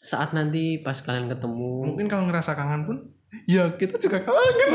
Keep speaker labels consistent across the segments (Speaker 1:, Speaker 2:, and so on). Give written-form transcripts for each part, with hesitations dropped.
Speaker 1: saat nanti pas kalian ketemu.
Speaker 2: Mungkin kalau ngerasa kangen pun, ya kita juga kangen.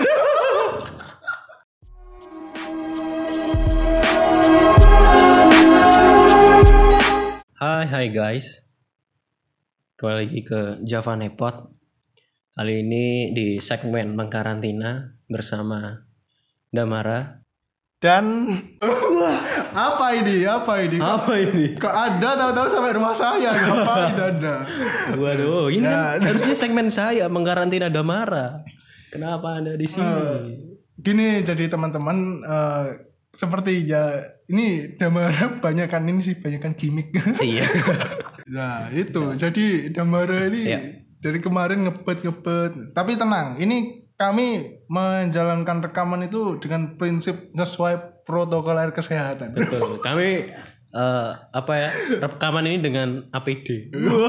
Speaker 1: Hai guys, kembali lagi ke Java Nepot. Kali ini di segmen mengkarantina bersama Damara.
Speaker 2: Dan apa ini?
Speaker 1: Apa ini?
Speaker 2: Kok Anda tahu-tahu sampai rumah saya? Ngapain Anda?
Speaker 1: Waduh, ini kan harusnya segmen saya mengkarantina Damara. Kenapa Anda di sini?
Speaker 2: Gini, jadi teman-teman, seperti ya ini Damara banyakan gimmick.
Speaker 1: Iya.
Speaker 2: Nah itu, jadi Damara ini dari kemarin ngebet. Tapi tenang, ini kami menjalankan rekaman itu dengan prinsip sesuai protokol air kesehatan.
Speaker 1: Betul. Kami rekaman ini dengan APD.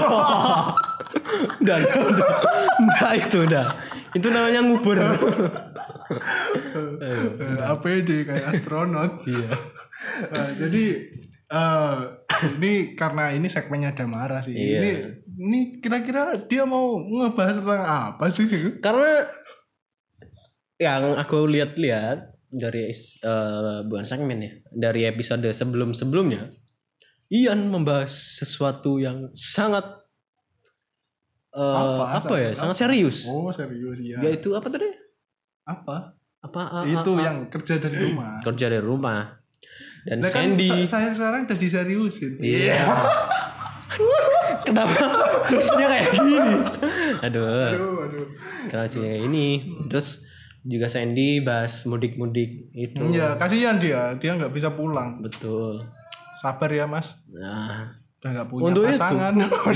Speaker 1: Udah itu. Itu namanya ngubur.
Speaker 2: APD kayak astronot.
Speaker 1: Iya.
Speaker 2: Jadi ini karena ini segmennya Damara sih.
Speaker 1: Iya.
Speaker 2: Ini kira-kira dia mau ngebahas tentang apa sih?
Speaker 1: Karena yang aku lihat dari bukan segmen ya, dari episode sebelumnya, Ian membahas sesuatu yang sangat sangat serius.
Speaker 2: Oh, serius ya.
Speaker 1: Yaitu apa tadi?
Speaker 2: Apa?
Speaker 1: Itu
Speaker 2: yang kerja dari rumah.
Speaker 1: Kerja dari rumah. Dan
Speaker 2: nah,
Speaker 1: Sandy.
Speaker 2: Kan saya sekarang udah diseriusin.
Speaker 1: Iya. Kenapa terusnya kayak gini? Aduh. Kenapa kayak ini? Terus juga Sandy bahas mudik itu.
Speaker 2: Iya, kasihan dia nggak bisa pulang.
Speaker 1: Betul.
Speaker 2: Sabar ya Mas.
Speaker 1: Nah,
Speaker 2: udah nggak punya
Speaker 1: untuk
Speaker 2: pasangan.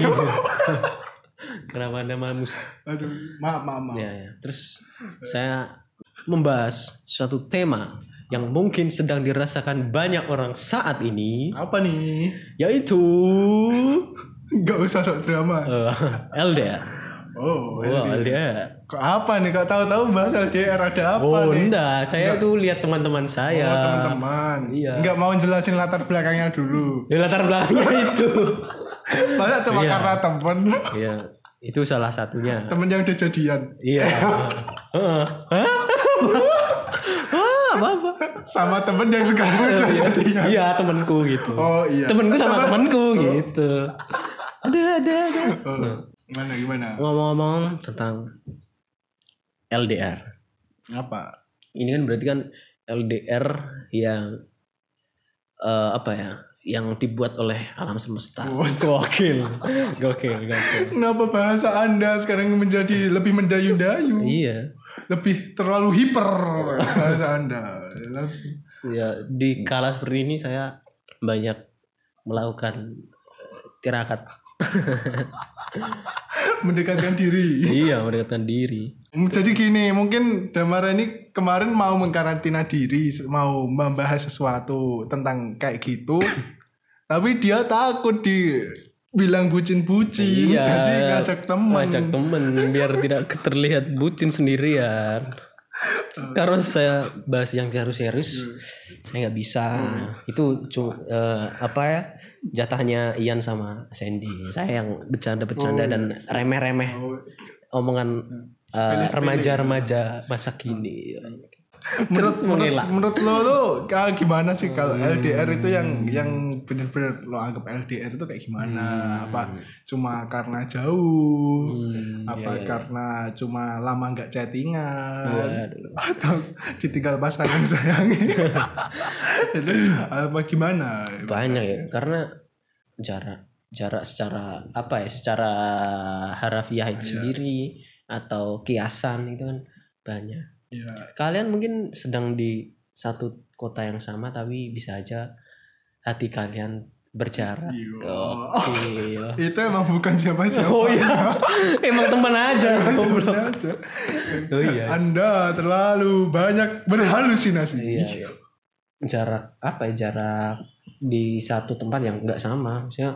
Speaker 1: Kenapa Anda mamus?
Speaker 2: Aduh, maaf.
Speaker 1: Ya. Terus saya membahas suatu tema yang mungkin sedang dirasakan banyak orang saat ini.
Speaker 2: Apa nih?
Speaker 1: Yaitu
Speaker 2: nggak usah sok drama.
Speaker 1: LDR.
Speaker 2: Oh,
Speaker 1: LDR.
Speaker 2: Kok apa nih? Kok tahu-tahu bahas LDR ada apa nih?
Speaker 1: Enggak. Saya tuh lihat teman-teman saya.
Speaker 2: Oh, teman-teman.
Speaker 1: Iya.
Speaker 2: Nggak mau jelasin latar belakangnya dulu.
Speaker 1: Ya, latar belakangnya itu.
Speaker 2: Masa cuma karena temen?
Speaker 1: Iya. Itu salah satunya.
Speaker 2: Temen yang udah jadian.
Speaker 1: Iya.
Speaker 2: Apa? Sama temen yang sekarang udah jadian.
Speaker 1: Iya, temanku gitu.
Speaker 2: Oh iya.
Speaker 1: Temanku sama temanku gitu. Ada.
Speaker 2: Gimana?
Speaker 1: Ngomong-ngomong tentang LDR.
Speaker 2: Apa?
Speaker 1: Ini kan berarti kan LDR yang yang dibuat oleh alam semesta. Gokil.
Speaker 2: Kenapa bahasa Anda sekarang menjadi lebih mendayu-dayu?
Speaker 1: Iya.
Speaker 2: Lebih terlalu hiper bahasa Anda.
Speaker 1: Ya, di kala seperti ini saya banyak melakukan tirakat.
Speaker 2: Mendekatkan diri.
Speaker 1: Iya, mendekatkan diri.
Speaker 2: Jadi gini, mungkin Damara ini kemarin mau mengkarantina diri, mau membahas sesuatu tentang kayak gitu. Tapi dia takut dibilang bucin-bucin,
Speaker 1: iya,
Speaker 2: jadi ngajak temen
Speaker 1: biar tidak terlihat bucin sendirian. Karena saya bahas yang serius, saya nggak bisa. Itu jatahnya Ian sama Sandy. Saya yang bercanda dan remeh-remeh omongan remaja masa kini.
Speaker 2: Menurut lo gimana sih kalau LDR itu yang benar-benar lo anggap LDR itu kayak gimana? Apa cuma karena jauh? Karena cuma lama nggak chattingan? Atau ditinggal pasangan sayangi? Itu apa gimana?
Speaker 1: Banyak ya, karena jarak secara secara harafiah itu sendiri atau kiasan itu kan banyak.
Speaker 2: Ya.
Speaker 1: Kalian mungkin sedang di satu kota yang sama tapi bisa aja hati kalian berjarak.
Speaker 2: Itu emang bukan siapa-siapa.
Speaker 1: Oh iya. Emang teman aja.
Speaker 2: Oh iya. Anda terlalu banyak berhalusinasi.
Speaker 1: Iya. Jarak di satu tempat yang nggak sama. Maksudnya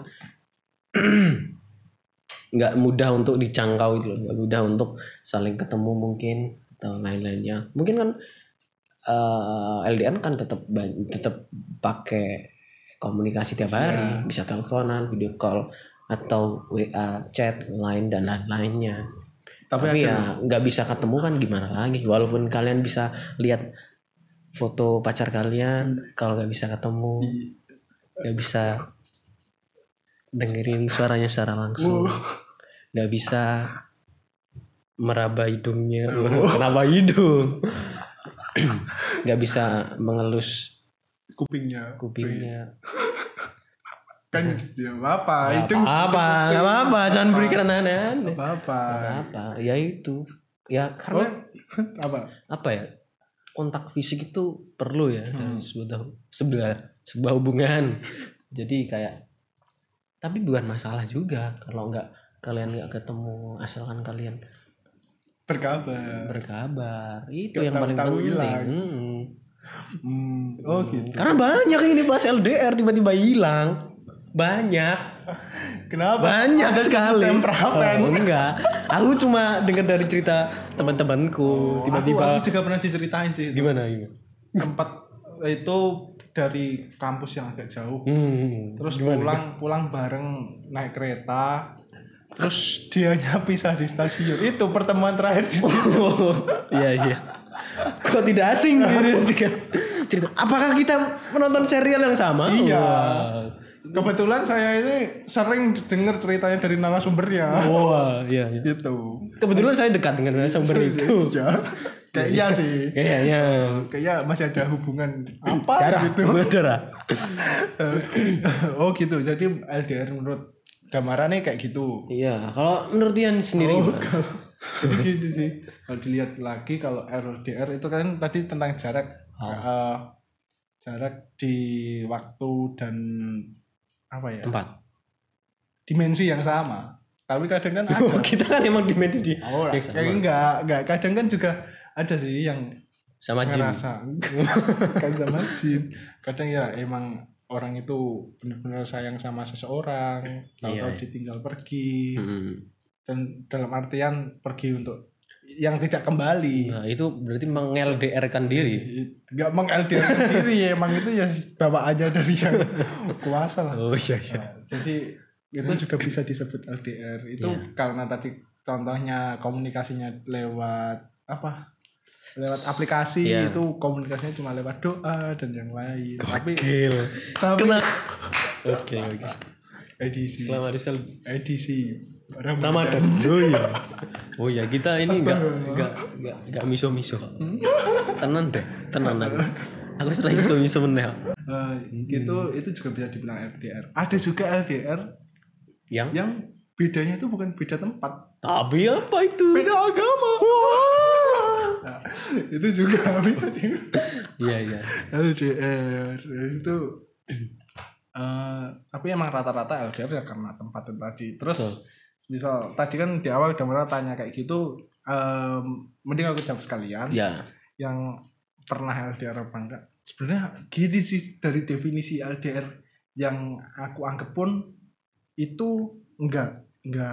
Speaker 1: nggak mudah untuk dijangkau itu loh, nggak mudah untuk saling ketemu mungkin atau lain-lainnya. Mungkin kan LDR kan tetap pakai komunikasi tiap hari, bisa teleponan, video call atau WA, chat, line dan lain-lainnya.
Speaker 2: Tapi
Speaker 1: ya nggak bisa ketemu kan gimana lagi? Walaupun kalian bisa lihat foto pacar kalian, kalau nggak bisa ketemu, nggak bisa dengerin suaranya secara langsung, nggak bisa meraba hidungnya, meraba hidung, nggak bisa mengelus
Speaker 2: kupingnya. Kan ya apa hidung
Speaker 1: nggak apa jangan berikan aneh-aneh
Speaker 2: apa
Speaker 1: ya itu ya karena apa ya, kontak fisik itu perlu ya dalam sebuah hubungan. Jadi kayak tapi bukan masalah juga kalau kalian nggak ketemu, asalkan kalian berkabar itu yang paling penting.
Speaker 2: Oh gitu.
Speaker 1: Karena banyak yang dibahas LDR tiba-tiba hilang. Banyak.
Speaker 2: Kenapa?
Speaker 1: Banyak sekali.
Speaker 2: Enggak.
Speaker 1: Aku cuma dengar dari cerita teman-temanku. Tiba-tiba.
Speaker 2: Aku juga pernah diceritain sih.
Speaker 1: Gimana?
Speaker 2: Sempat itu dari kampus yang agak jauh. Terus pulang bareng naik kereta. Terus dianya pisah di stasiun. Itu pertemuan terakhir di situ.
Speaker 1: Iya. Kok tidak asing cerita? Apakah kita menonton serial yang sama?
Speaker 2: Iya. Kebetulan saya ini sering dengar ceritanya dari narasumbernya.
Speaker 1: Iya.
Speaker 2: Gitu.
Speaker 1: Kebetulan saya dekat dengan narasumber itu.
Speaker 2: Iya. Kayaknya sih. Kayaknya masih ada hubungan apa
Speaker 1: darah,
Speaker 2: gitu.
Speaker 1: Darah.
Speaker 2: Oh gitu. Jadi LDR menurut Damara nih kayak gitu.
Speaker 1: Iya. Kalau menurut Ian sendiri gimana?
Speaker 2: Gitu sih. Kalau dilihat lagi kalau LDR itu kan tadi tentang jarak. Jarak di waktu dan apa ya?
Speaker 1: Tempat.
Speaker 2: Dimensi yang sama. Tapi kadang kan ada.
Speaker 1: Kita kan emang dimensi di.
Speaker 2: Enggak. Kadang kan juga ada sih yang
Speaker 1: sama jin.
Speaker 2: Kan sama jin. Kadang ya emang orang itu benar-benar sayang sama seseorang, tahu-tahu ditinggal pergi. Dan dalam artian pergi untuk yang tidak kembali.
Speaker 1: Nah, itu berarti meng-LDR-kan diri.
Speaker 2: Enggak meng-LDR-kan diri, emang itu ya bawa aja dari yang kuasa lah.
Speaker 1: Oh iya.
Speaker 2: Nah, jadi itu juga bisa disebut LDR. Itu karena tadi contohnya komunikasinya lewat apa? Lewat aplikasi itu komunikasinya cuma lewat doa dan yang lain. Tapi Oke. Edisi.
Speaker 1: Selamat
Speaker 2: edisi
Speaker 1: Ramadan. Oh iya, kita ini enggak miso-miso. Tenan aku. Aku sering miso-miso meneh.
Speaker 2: Itu juga bisa dibilang LDR. Ada juga LDR yang bedanya itu bukan beda tempat.
Speaker 1: Tapi apa itu?
Speaker 2: Beda agama. Nah, itu juga bisa
Speaker 1: Iya.
Speaker 2: LDR itu tapi emang rata-rata LDR ya karena tempat itu tadi. Terus misal tadi kan di awal Damara tanya kayak gitu, mending aku jawab sekalian. Yang pernah LDR apa enggak? Sebenarnya gini sih, dari definisi LDR yang aku anggap pun itu enggak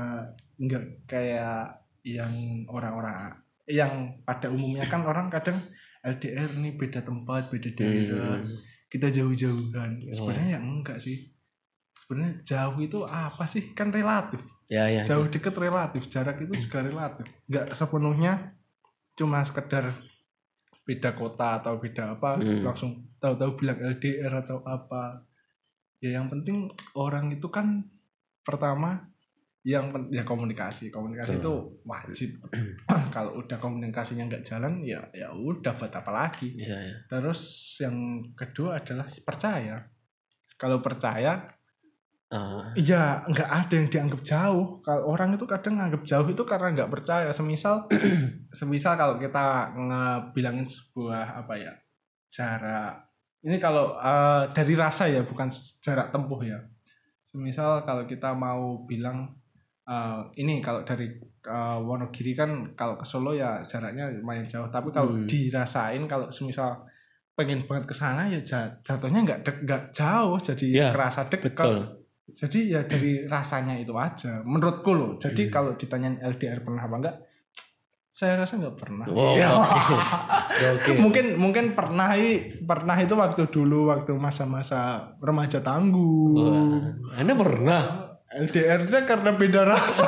Speaker 2: kayak yang orang-orang yang pada umumnya kan orang kadang LDR nih beda tempat, beda daerah, kita jauh-jauhan. Sebenarnya ya enggak sih. Sebenarnya jauh itu apa sih? Kan relatif. Jauh deket relatif, jarak itu juga relatif. Enggak sepenuhnya cuma sekedar beda kota atau beda apa langsung tahu-tahu bilang LDR atau apa. Ya yang penting orang itu kan pertama yang komunikasi itu wajib. Kalau udah komunikasinya nggak jalan ya udah buat apa lagi. Terus yang kedua adalah percaya. Kalau percaya ya nggak ada yang dianggap jauh. Kalau orang itu kadang nganggap jauh itu karena nggak percaya. Semisal kalau kita ngebilangin sebuah apa ya, jarak ini kalau dari rasa ya, bukan jarak tempuh ya. Semisal kalau kita mau bilang ini kalau dari Wonogiri kan kalau ke Solo ya jaraknya lumayan jauh, tapi kalau dirasain kalau semisal pengen banget ke sana ya jatuhnya nggak jauh, jadi kerasa dekat.
Speaker 1: Betul.
Speaker 2: Jadi ya dari rasanya itu aja menurutku loh. Jadi kalau ditanyain LDR pernah apa enggak, saya rasa nggak pernah.
Speaker 1: Okay.
Speaker 2: Mungkin pernah itu waktu dulu, waktu masa-masa remaja tangguh.
Speaker 1: Anda pernah?
Speaker 2: LDR-nya karena beda rasa.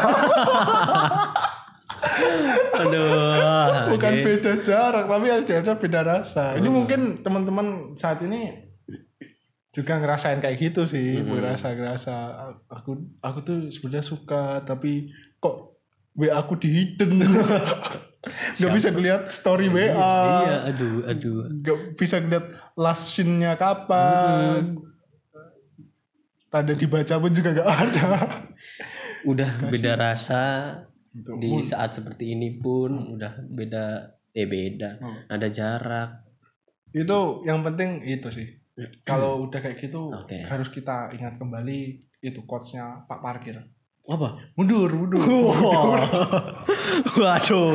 Speaker 1: Aduh.
Speaker 2: Bukan beda jarak, tapi LDR-nya beda rasa. Ini mungkin teman-teman saat ini juga ngerasain kayak gitu sih, ngerasa aku tuh sebenarnya suka, tapi kok WA aku di hidden. Gak bisa ngeliat story WA.
Speaker 1: Iya, aduh.
Speaker 2: Gak bisa ngeliat last scene-nya kapan. Tanda dibaca pun juga gak ada.
Speaker 1: Udah beda rasa di saat seperti ini pun udah beda. Ada jarak.
Speaker 2: Itu yang penting itu sih. Kalau udah kayak gitu harus kita ingat kembali itu quotes-nya Pak Parkir.
Speaker 1: Apa?
Speaker 2: Mundur.
Speaker 1: Waduh.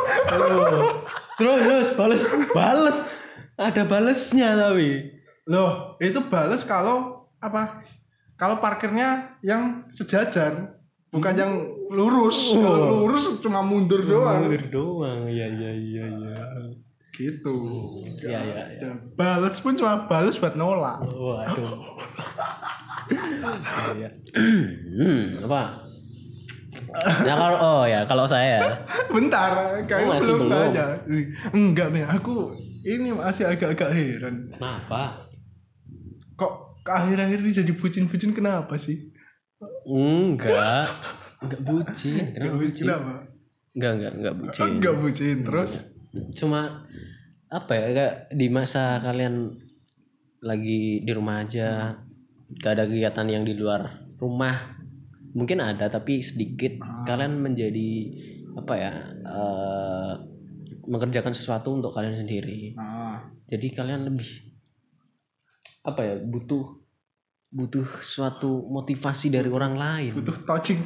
Speaker 1: Terus bales. Ada balesnya tapi.
Speaker 2: Loh, itu bales kalau apa? Kalau parkirnya yang sejajar, bukan yang lurus. Kalau lurus cuma mundur doang.
Speaker 1: Iya.
Speaker 2: Gitu.
Speaker 1: Iya.
Speaker 2: Bales pun cuma bales buat nolak.
Speaker 1: Waduh. Iya. Apa? Ya kalau saya.
Speaker 2: Bentar, kayak belum aja. Enggak nih, aku ini masih agak-agak heran.
Speaker 1: Kenapa?
Speaker 2: Kok akhir-akhir ini jadi bucin-bucin kenapa sih?
Speaker 1: Enggak bucin.
Speaker 2: Kenapa?
Speaker 1: Enggak bucin.
Speaker 2: Enggak bucin, terus?
Speaker 1: Cuma apa ya, kayak di masa kalian lagi di rumah aja, gak ada kegiatan yang di luar rumah, mungkin ada tapi sedikit. Kalian menjadi apa ya, mengerjakan sesuatu untuk kalian sendiri. Jadi kalian lebih apa ya, butuh suatu motivasi dari orang lain.
Speaker 2: Butuh touching.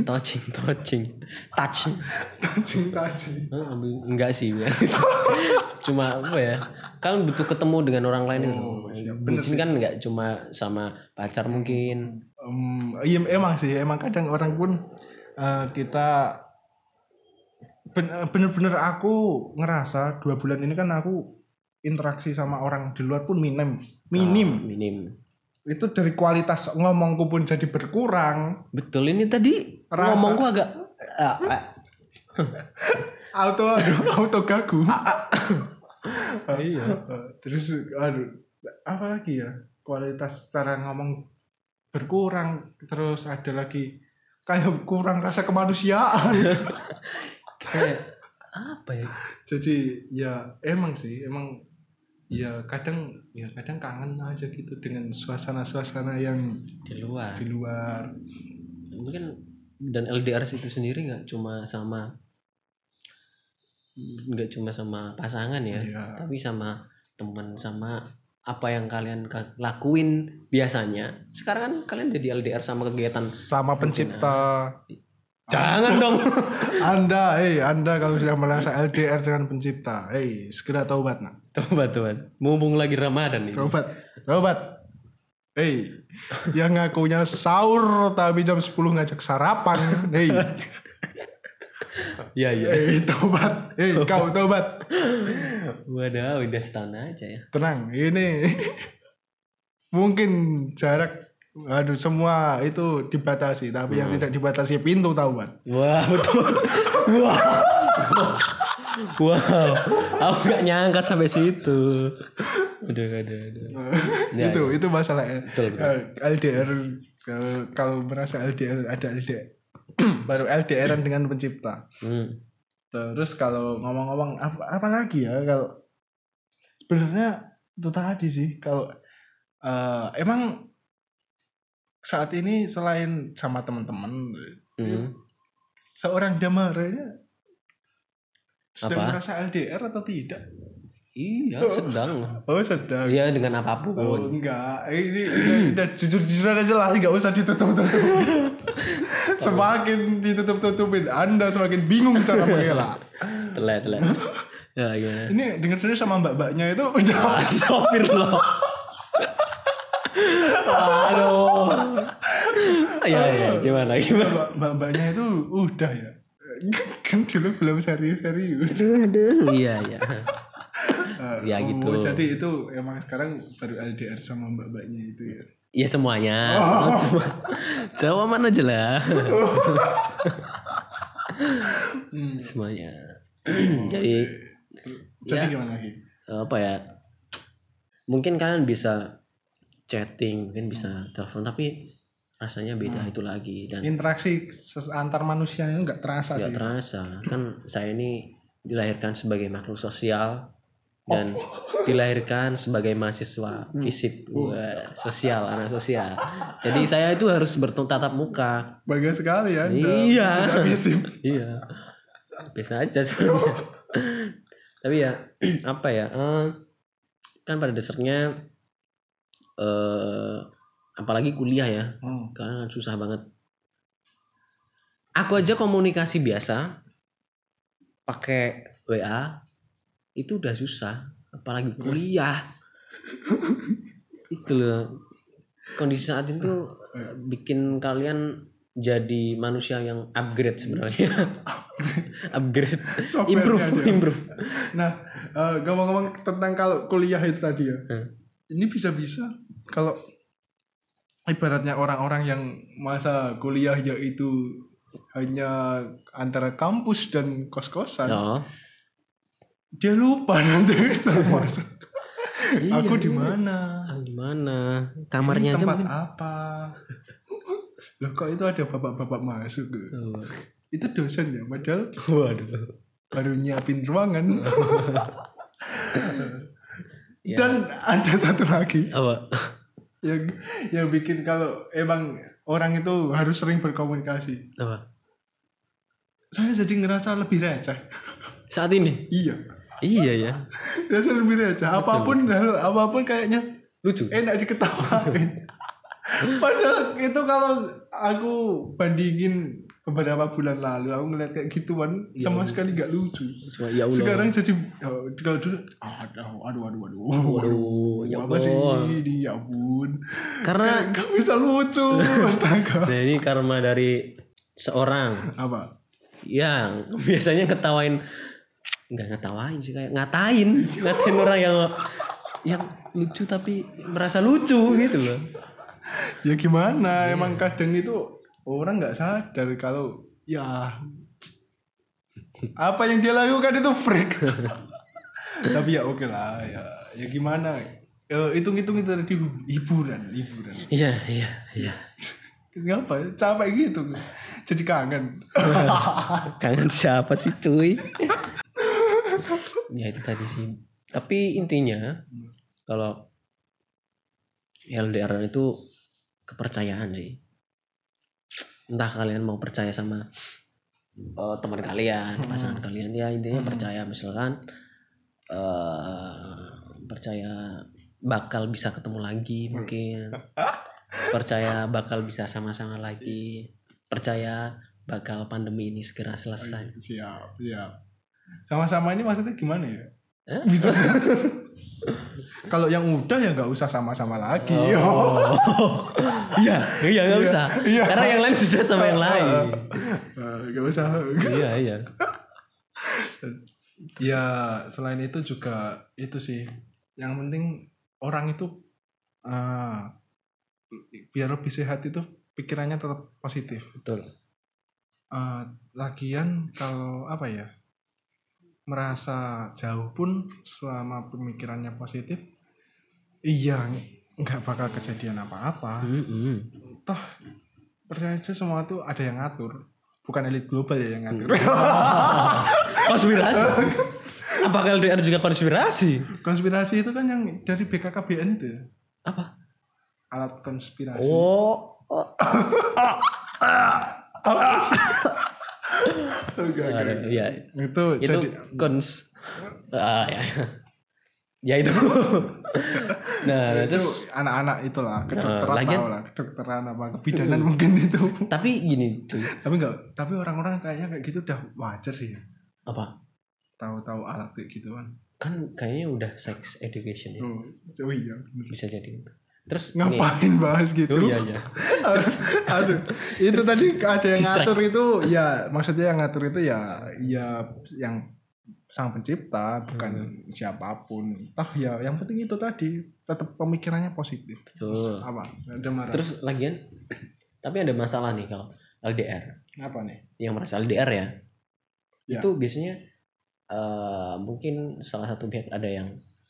Speaker 1: Enggak sih. Cuma apa ya, kalian butuh ketemu dengan orang lain itu. Bucin kan enggak cuma sama pacar mungkin.
Speaker 2: Iya emang sih, emang kadang orang pun kita bener-bener aku ngerasa 2 bulan ini kan aku interaksi sama orang di luar pun minim. Itu dari kualitas ngomongku pun jadi berkurang.
Speaker 1: Betul, ini tadi ngomongku agak
Speaker 2: auto gagu. Iya. Terus apa lagi ya? Kualitas cara ngomong berkurang, terus ada lagi kayak kurang rasa kemanusiaan.
Speaker 1: Kayak apa ya?
Speaker 2: Jadi ya emang ya kadang kangen aja gitu dengan suasana yang di luar.
Speaker 1: Mungkin dan LDR itu sendiri nggak cuma sama pasangan ya, tapi sama teman, sama apa yang kalian lakuin biasanya. Sekarang kan kalian jadi LDR sama kegiatan
Speaker 2: sama pencipta.
Speaker 1: Jangan dong.
Speaker 2: Anda kalau sudah merasa LDR dengan pencipta, segera taubat nak.
Speaker 1: Taubat. Mumpung lagi Ramadan ini.
Speaker 2: Taubat. Yang ngakunya sahur tapi jam 10 ngajak sarapan.
Speaker 1: Iya.
Speaker 2: Taubat. Kau taubat.
Speaker 1: Waduh, udah setahun aja ya.
Speaker 2: Tenang, ini mungkin jarak. Semua itu dibatasi, tapi yang tidak dibatasi pintu taubat.
Speaker 1: Wah, betul. Wow. Aku gak nyangka sampai situ. Udah.
Speaker 2: Itu masalahnya.
Speaker 1: Betul.
Speaker 2: LDR, kalau merasa LDR ada LDR. Baru LDRan dengan pencipta. Terus kalau ngomong-ngomong apa lagi ya, kalau sebenarnya itu tadi sih, kalau emang saat ini selain sama teman-teman, seorang damaranya sedang merasa LDR atau tidak?
Speaker 1: Iya, sedang.
Speaker 2: Sedang.
Speaker 1: Iya, dengan apapun.
Speaker 2: Enggak. Ini udah jujur-jujuran aja lah, enggak usah ditutup-tutupin. Semakin ditutup-tutupin, Anda semakin bingung cara mengelak.
Speaker 1: Telat. Ya, gimana?
Speaker 2: Ini dengar-dengar sama mbak-mbaknya itu udah
Speaker 1: sopir loh. Aduh. Ya, gimana?
Speaker 2: Mbak-mbaknya itu udah ya. Kan dulu belum serius.
Speaker 1: Aduh, iya. Ya gitu.
Speaker 2: Jadi itu emang sekarang baru LDR sama mbak-mbaknya itu ya.
Speaker 1: Ya semuanya. Jawa mana aja lah. Semuanya. Jadi
Speaker 2: gimana lagi?
Speaker 1: Apa ya? Mungkin kalian bisa chatting, mungkin bisa telepon, tapi rasanya beda itu lagi. Dan
Speaker 2: interaksi antar manusia itu nggak terasa sih.
Speaker 1: Nggak terasa. Kan saya ini dilahirkan sebagai makhluk sosial dan dilahirkan sebagai mahasiswa fisip, sosial, anak sosial. Jadi saya itu harus bertatap muka.
Speaker 2: Bangga sekali ya.
Speaker 1: Iya. Iya. Biasa aja sebenarnya. Tapi ya apa ya? Kan pada dasarnya apalagi kuliah ya. Karena susah banget. Aku aja komunikasi biasa pakai WA itu udah susah, apalagi kuliah. Itu loh, kondisi saat itu bikin kalian jadi manusia yang upgrade sebenarnya. Upgrade, improve.
Speaker 2: Nah, ngomong-ngomong tentang kalau kuliah itu tadi ya, ini bisa-bisa kalau ibaratnya orang-orang yang masa kuliah yaitu hanya antara kampus dan kos-kosan. Dia lupa nanti setelah masuk. Aku di mana?
Speaker 1: Kamarnya aja
Speaker 2: tempat
Speaker 1: mungkin
Speaker 2: apa? Loh kok itu ada bapak-bapak masuk? Itu dosen ya, padahal baru nyiapin ruangan. Dan ada satu lagi.
Speaker 1: Apa?
Speaker 2: Yang bikin kalau emang orang itu harus sering berkomunikasi.
Speaker 1: Apa?
Speaker 2: Saya jadi ngerasa lebih receh.
Speaker 1: Saat ini? Iya ya.
Speaker 2: Rasa lebih receh. Apapun kayaknya
Speaker 1: lucu,
Speaker 2: enak diketawain. Padahal itu kalau aku bandingin beberapa bulan lalu, aku ngeliat kayak gituan sama sekali gak lucu.
Speaker 1: Ya Allah.
Speaker 2: Sekarang jadi kalau dulu aduh
Speaker 1: ya
Speaker 2: apa sih ini, ya ampun.
Speaker 1: Karena
Speaker 2: gak bisa lucu. Astaga.
Speaker 1: Nah, ini karma dari seorang
Speaker 2: apa
Speaker 1: yang biasanya nggak ngetawain sih, kayak ngatain orang yang lucu tapi merasa lucu gitu loh.
Speaker 2: Ya gimana, emang kadang itu orang nggak sadar kalau ya apa yang dia lakukan itu freak. Tapi ya oke lah, ya gimana, hitung-hitung itu tadi hiburan.
Speaker 1: Iya.
Speaker 2: Ngapa capek gitu, jadi kangen.
Speaker 1: Kangen siapa sih cuy? Ya itu tadi sih. Tapi intinya kalau LDR itu kepercayaan sih. Entah kalian mau percaya sama teman kalian, pasangan kalian, ya intinya percaya. Misalkan percaya bakal bisa ketemu lagi mungkin. Percaya bakal bisa sama-sama lagi. Percaya bakal pandemi ini segera selesai.
Speaker 2: Siap. Sama-sama ini maksudnya gimana ya? Bisa. Kalau yang udah ya nggak usah sama-sama lagi.
Speaker 1: Iya nggak usah. Karena yang lain sudah sama yang lain.
Speaker 2: Nggak usah.
Speaker 1: Iya.
Speaker 2: Ya selain itu juga itu sih. Yang penting orang itu biar lebih sehat itu pikirannya tetap positif.
Speaker 1: Betul.
Speaker 2: Lagian kalau apa ya, merasa jauh pun selama pemikirannya positif, iya nggak bakal kejadian apa-apa. Toh percaya aja semua tuh ada yang ngatur, bukan elit global ya yang ngatur.
Speaker 1: Konspirasi. Apakah LDR juga konspirasi?
Speaker 2: Konspirasi itu kan yang dari BKKBN itu ya.
Speaker 1: Apa?
Speaker 2: Alat konspirasi.
Speaker 1: Iya. Itu jadi ya itu. Nah, terus
Speaker 2: anak-anak itulah kedokteran kedokteran apa kebidanan mungkin itu.
Speaker 1: Tapi gini, cuy.
Speaker 2: Tapi orang-orang kayaknya kayak gitu udah wajar sih ya.
Speaker 1: Apa?
Speaker 2: Tahu-tahu alat kayak gituan.
Speaker 1: Kan kayaknya udah sex education ya.
Speaker 2: Oh iya,
Speaker 1: bisa jadi. Terus
Speaker 2: ngapain bahas gitu?
Speaker 1: Oh iya.
Speaker 2: Aduh, itu tadi ada yang ngatur itu ya, maksudnya yang ngatur itu ya yang sang pencipta, bukan siapapun. Toh ya yang penting itu tadi tetap pemikirannya positif.
Speaker 1: Betul.
Speaker 2: Apa? Ada marah.
Speaker 1: Terus lagian tapi ada masalah nih kalau LDR.
Speaker 2: Apa nih?
Speaker 1: Yang merasa LDR ya.
Speaker 2: Ya.
Speaker 1: Itu biasanya mungkin salah satu pihak ada yang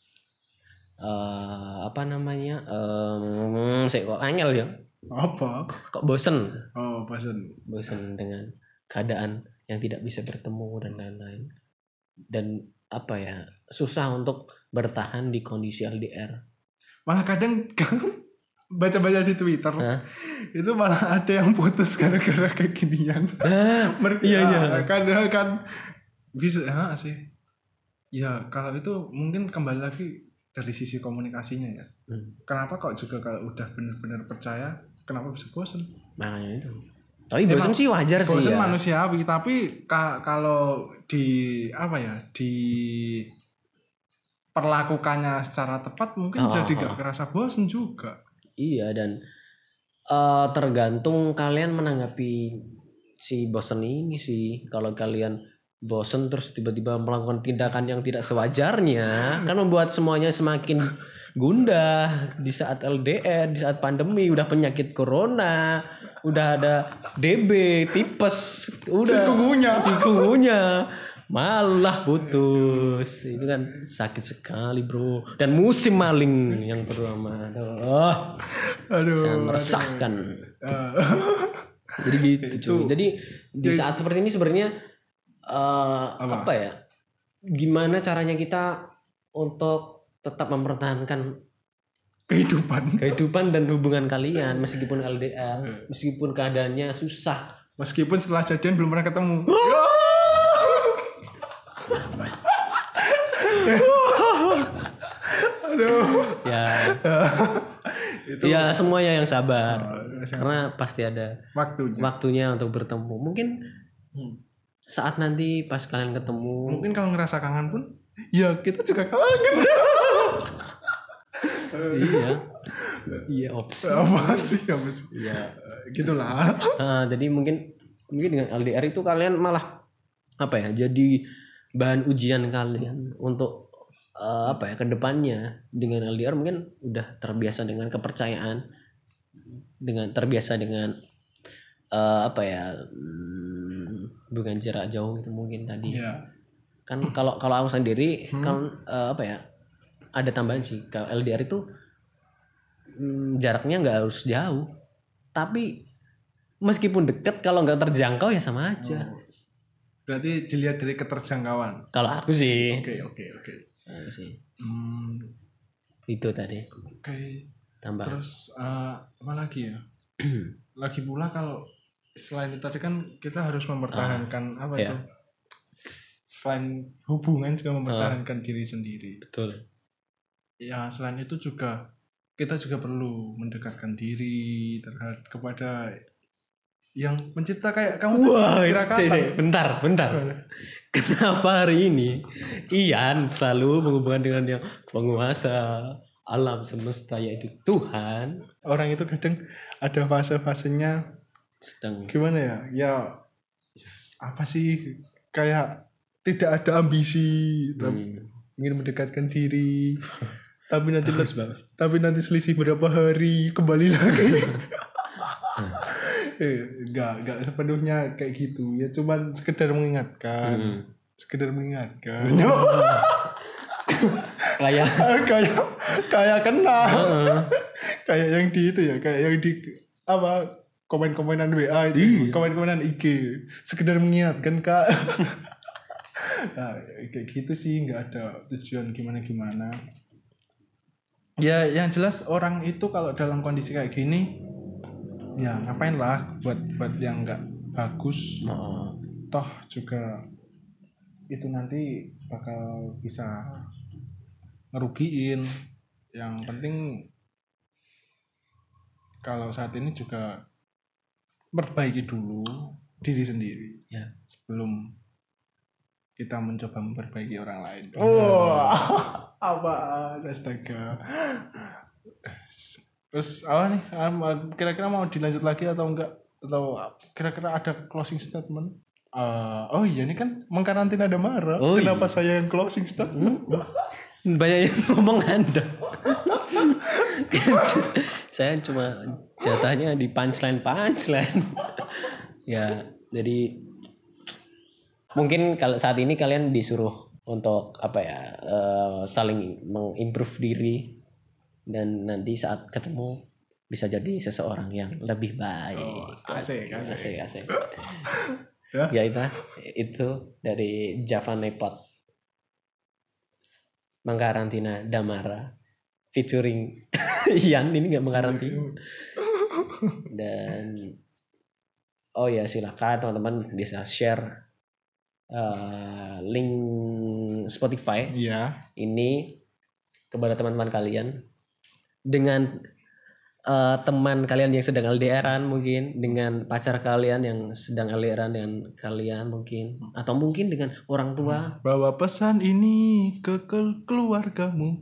Speaker 1: apa namanya? Saya kok angel ya.
Speaker 2: Apa?
Speaker 1: Kok bosen?
Speaker 2: Oh, bosen
Speaker 1: Dengan keadaan yang tidak bisa bertemu dan lain-lain. Dan apa ya, susah untuk bertahan di kondisi LDR.
Speaker 2: Malah kadang baca-baca di Twitter itu malah ada yang putus gara-gara kayak ginian. Iya. Kadang kan bisa sih. Ya kalau itu mungkin kembali lagi dari sisi komunikasinya ya. Kenapa kok juga kalau udah benar-benar percaya, kenapa bisa bosen?
Speaker 1: Makanya itu. Tapi bosen sih wajar sih ya.
Speaker 2: Bosen manusiawi, tapi kalau di apa ya, di perlakukannya secara tepat mungkin jadi gak kerasa bosen juga.
Speaker 1: Iya, dan tergantung kalian menanggapi si bosen ini sih. Kalau kalian bosen terus tiba-tiba melakukan tindakan yang tidak sewajarnya kan membuat semuanya semakin gundah di saat LDR, di saat pandemi, udah penyakit corona, udah ada DB, tipes, udah sikungunya malah putus. Itu kan sakit sekali bro, dan musim maling yang pertama. Aduh, sangat meresahkan. Jadi gitu cuy. Jadi di saat seperti ini sebenarnya apa ya, gimana caranya kita untuk tetap mempertahankan kehidupan dan hubungan kalian meskipun LDR, meskipun keadaannya susah,
Speaker 2: meskipun setelah jadian belum pernah ketemu. Aduh.
Speaker 1: Ya semuanya yang sabar, karena pasti ada waktunya untuk bertemu. Mungkin saat nanti pas kalian ketemu,
Speaker 2: mungkin kalau ngerasa kangen pun ya kita juga kangen.
Speaker 1: Iya opsi.
Speaker 2: Apa sih?
Speaker 1: Ya
Speaker 2: gitulah.
Speaker 1: Jadi mungkin dengan LDR itu kalian malah apa ya, jadi bahan ujian kalian untuk apa ya, kedepannya. Dengan LDR mungkin udah terbiasa dengan kepercayaan, terbiasa dengan apa ya, bukan jarak jauh itu mungkin tadi. Kan kalau aku sendiri kan apa ya, ada tambahan sih. Kalau LDR itu jaraknya nggak harus jauh, tapi meskipun dekat kalau nggak terjangkau ya sama aja.
Speaker 2: Berarti dilihat dari keterjangkauan.
Speaker 1: Kalau aku sih.
Speaker 2: Oke.
Speaker 1: Aku sih. Itu tadi.
Speaker 2: Oke.
Speaker 1: Tambah.
Speaker 2: Terus apa lagi ya? Lagi pula kalau selain itu tadi kan kita harus mempertahankan apa itu? Selain hubungan juga mempertahankan diri sendiri.
Speaker 1: Betul.
Speaker 2: Ya selain itu juga kita juga perlu mendekatkan diri kepada yang mencipta kayak kamu.
Speaker 1: Wah, bentar. Kenapa hari ini Ian selalu menghubungkan dengan yang penguasa alam semesta, yaitu Tuhan?
Speaker 2: Orang itu kadang ada fase-fasenya
Speaker 1: sedang
Speaker 2: gimana ya? Ya apa sih, kayak tidak ada ambisi, ingin mendekatkan diri. Tapi nanti selisih berapa hari kembali lagi. Enggak sepenuhnya kayak gitu. Ya cuman sekedar mengingatkan. Kayak kena. Kayak yang di itu ya, kayak yang di apa, komen-komenan WA itu, komen-komenan IG. Sekedar mengingatkan, Kak. Nah, kayak gitu sih, enggak ada tujuan gimana-gimana. Ya yang jelas orang itu kalau dalam kondisi kayak gini, ya ngapain lah buat yang nggak bagus. Toh juga itu nanti bakal bisa ngerugiin. Yang penting kalau saat ini juga perbaiki dulu diri sendiri
Speaker 1: ya,
Speaker 2: sebelum kita mencoba memperbaiki orang lain. Apa astaga. Terus apa nih? Kira-kira mau dilanjut lagi atau enggak? Atau kira-kira ada closing statement? Oh iya, ini kan mengkarantina Damara.
Speaker 1: Oh,
Speaker 2: Kenapa saya yang closing statement?
Speaker 1: Banyak yang ngomong Anda. Saya cuma jatahnya di punchline. Ya, jadi mungkin kalau saat ini kalian disuruh untuk saling mengimprove diri, dan nanti saat ketemu bisa jadi seseorang yang lebih baik.
Speaker 2: Asik.
Speaker 1: Ya itu dari Java Nepot mengkarantina Damara featuring Ian. Ini nggak mengkarantina. Dan oh ya, silakan teman-teman bisa share link Spotify ini kepada teman-teman kalian, dengan teman kalian yang sedang LDRan, mungkin dengan pacar kalian yang sedang LDRan dengan kalian mungkin, atau mungkin dengan orang tua.
Speaker 2: Bawa pesan ini ke keluargamu.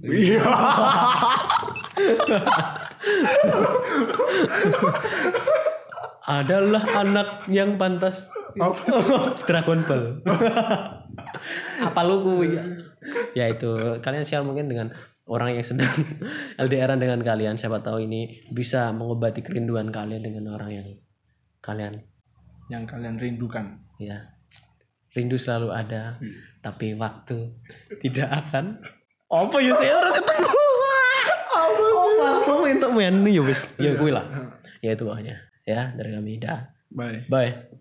Speaker 1: Adalah anak yang pantas Dragon Ball. Apa lu ya itu kalian share mungkin dengan orang yang sedang LDRan dengan kalian. Siapa tahu ini bisa mengobati kerinduan kalian dengan orang yang kalian
Speaker 2: rindukan.
Speaker 1: Ya, rindu selalu ada, tapi waktu tidak akan. Apa ya, saya orang ketemu. Apa minta main nih ya wis. Ya gue lah. Ya itu pokoknya. Ya dari kami dah.
Speaker 2: Bye.
Speaker 1: Bye.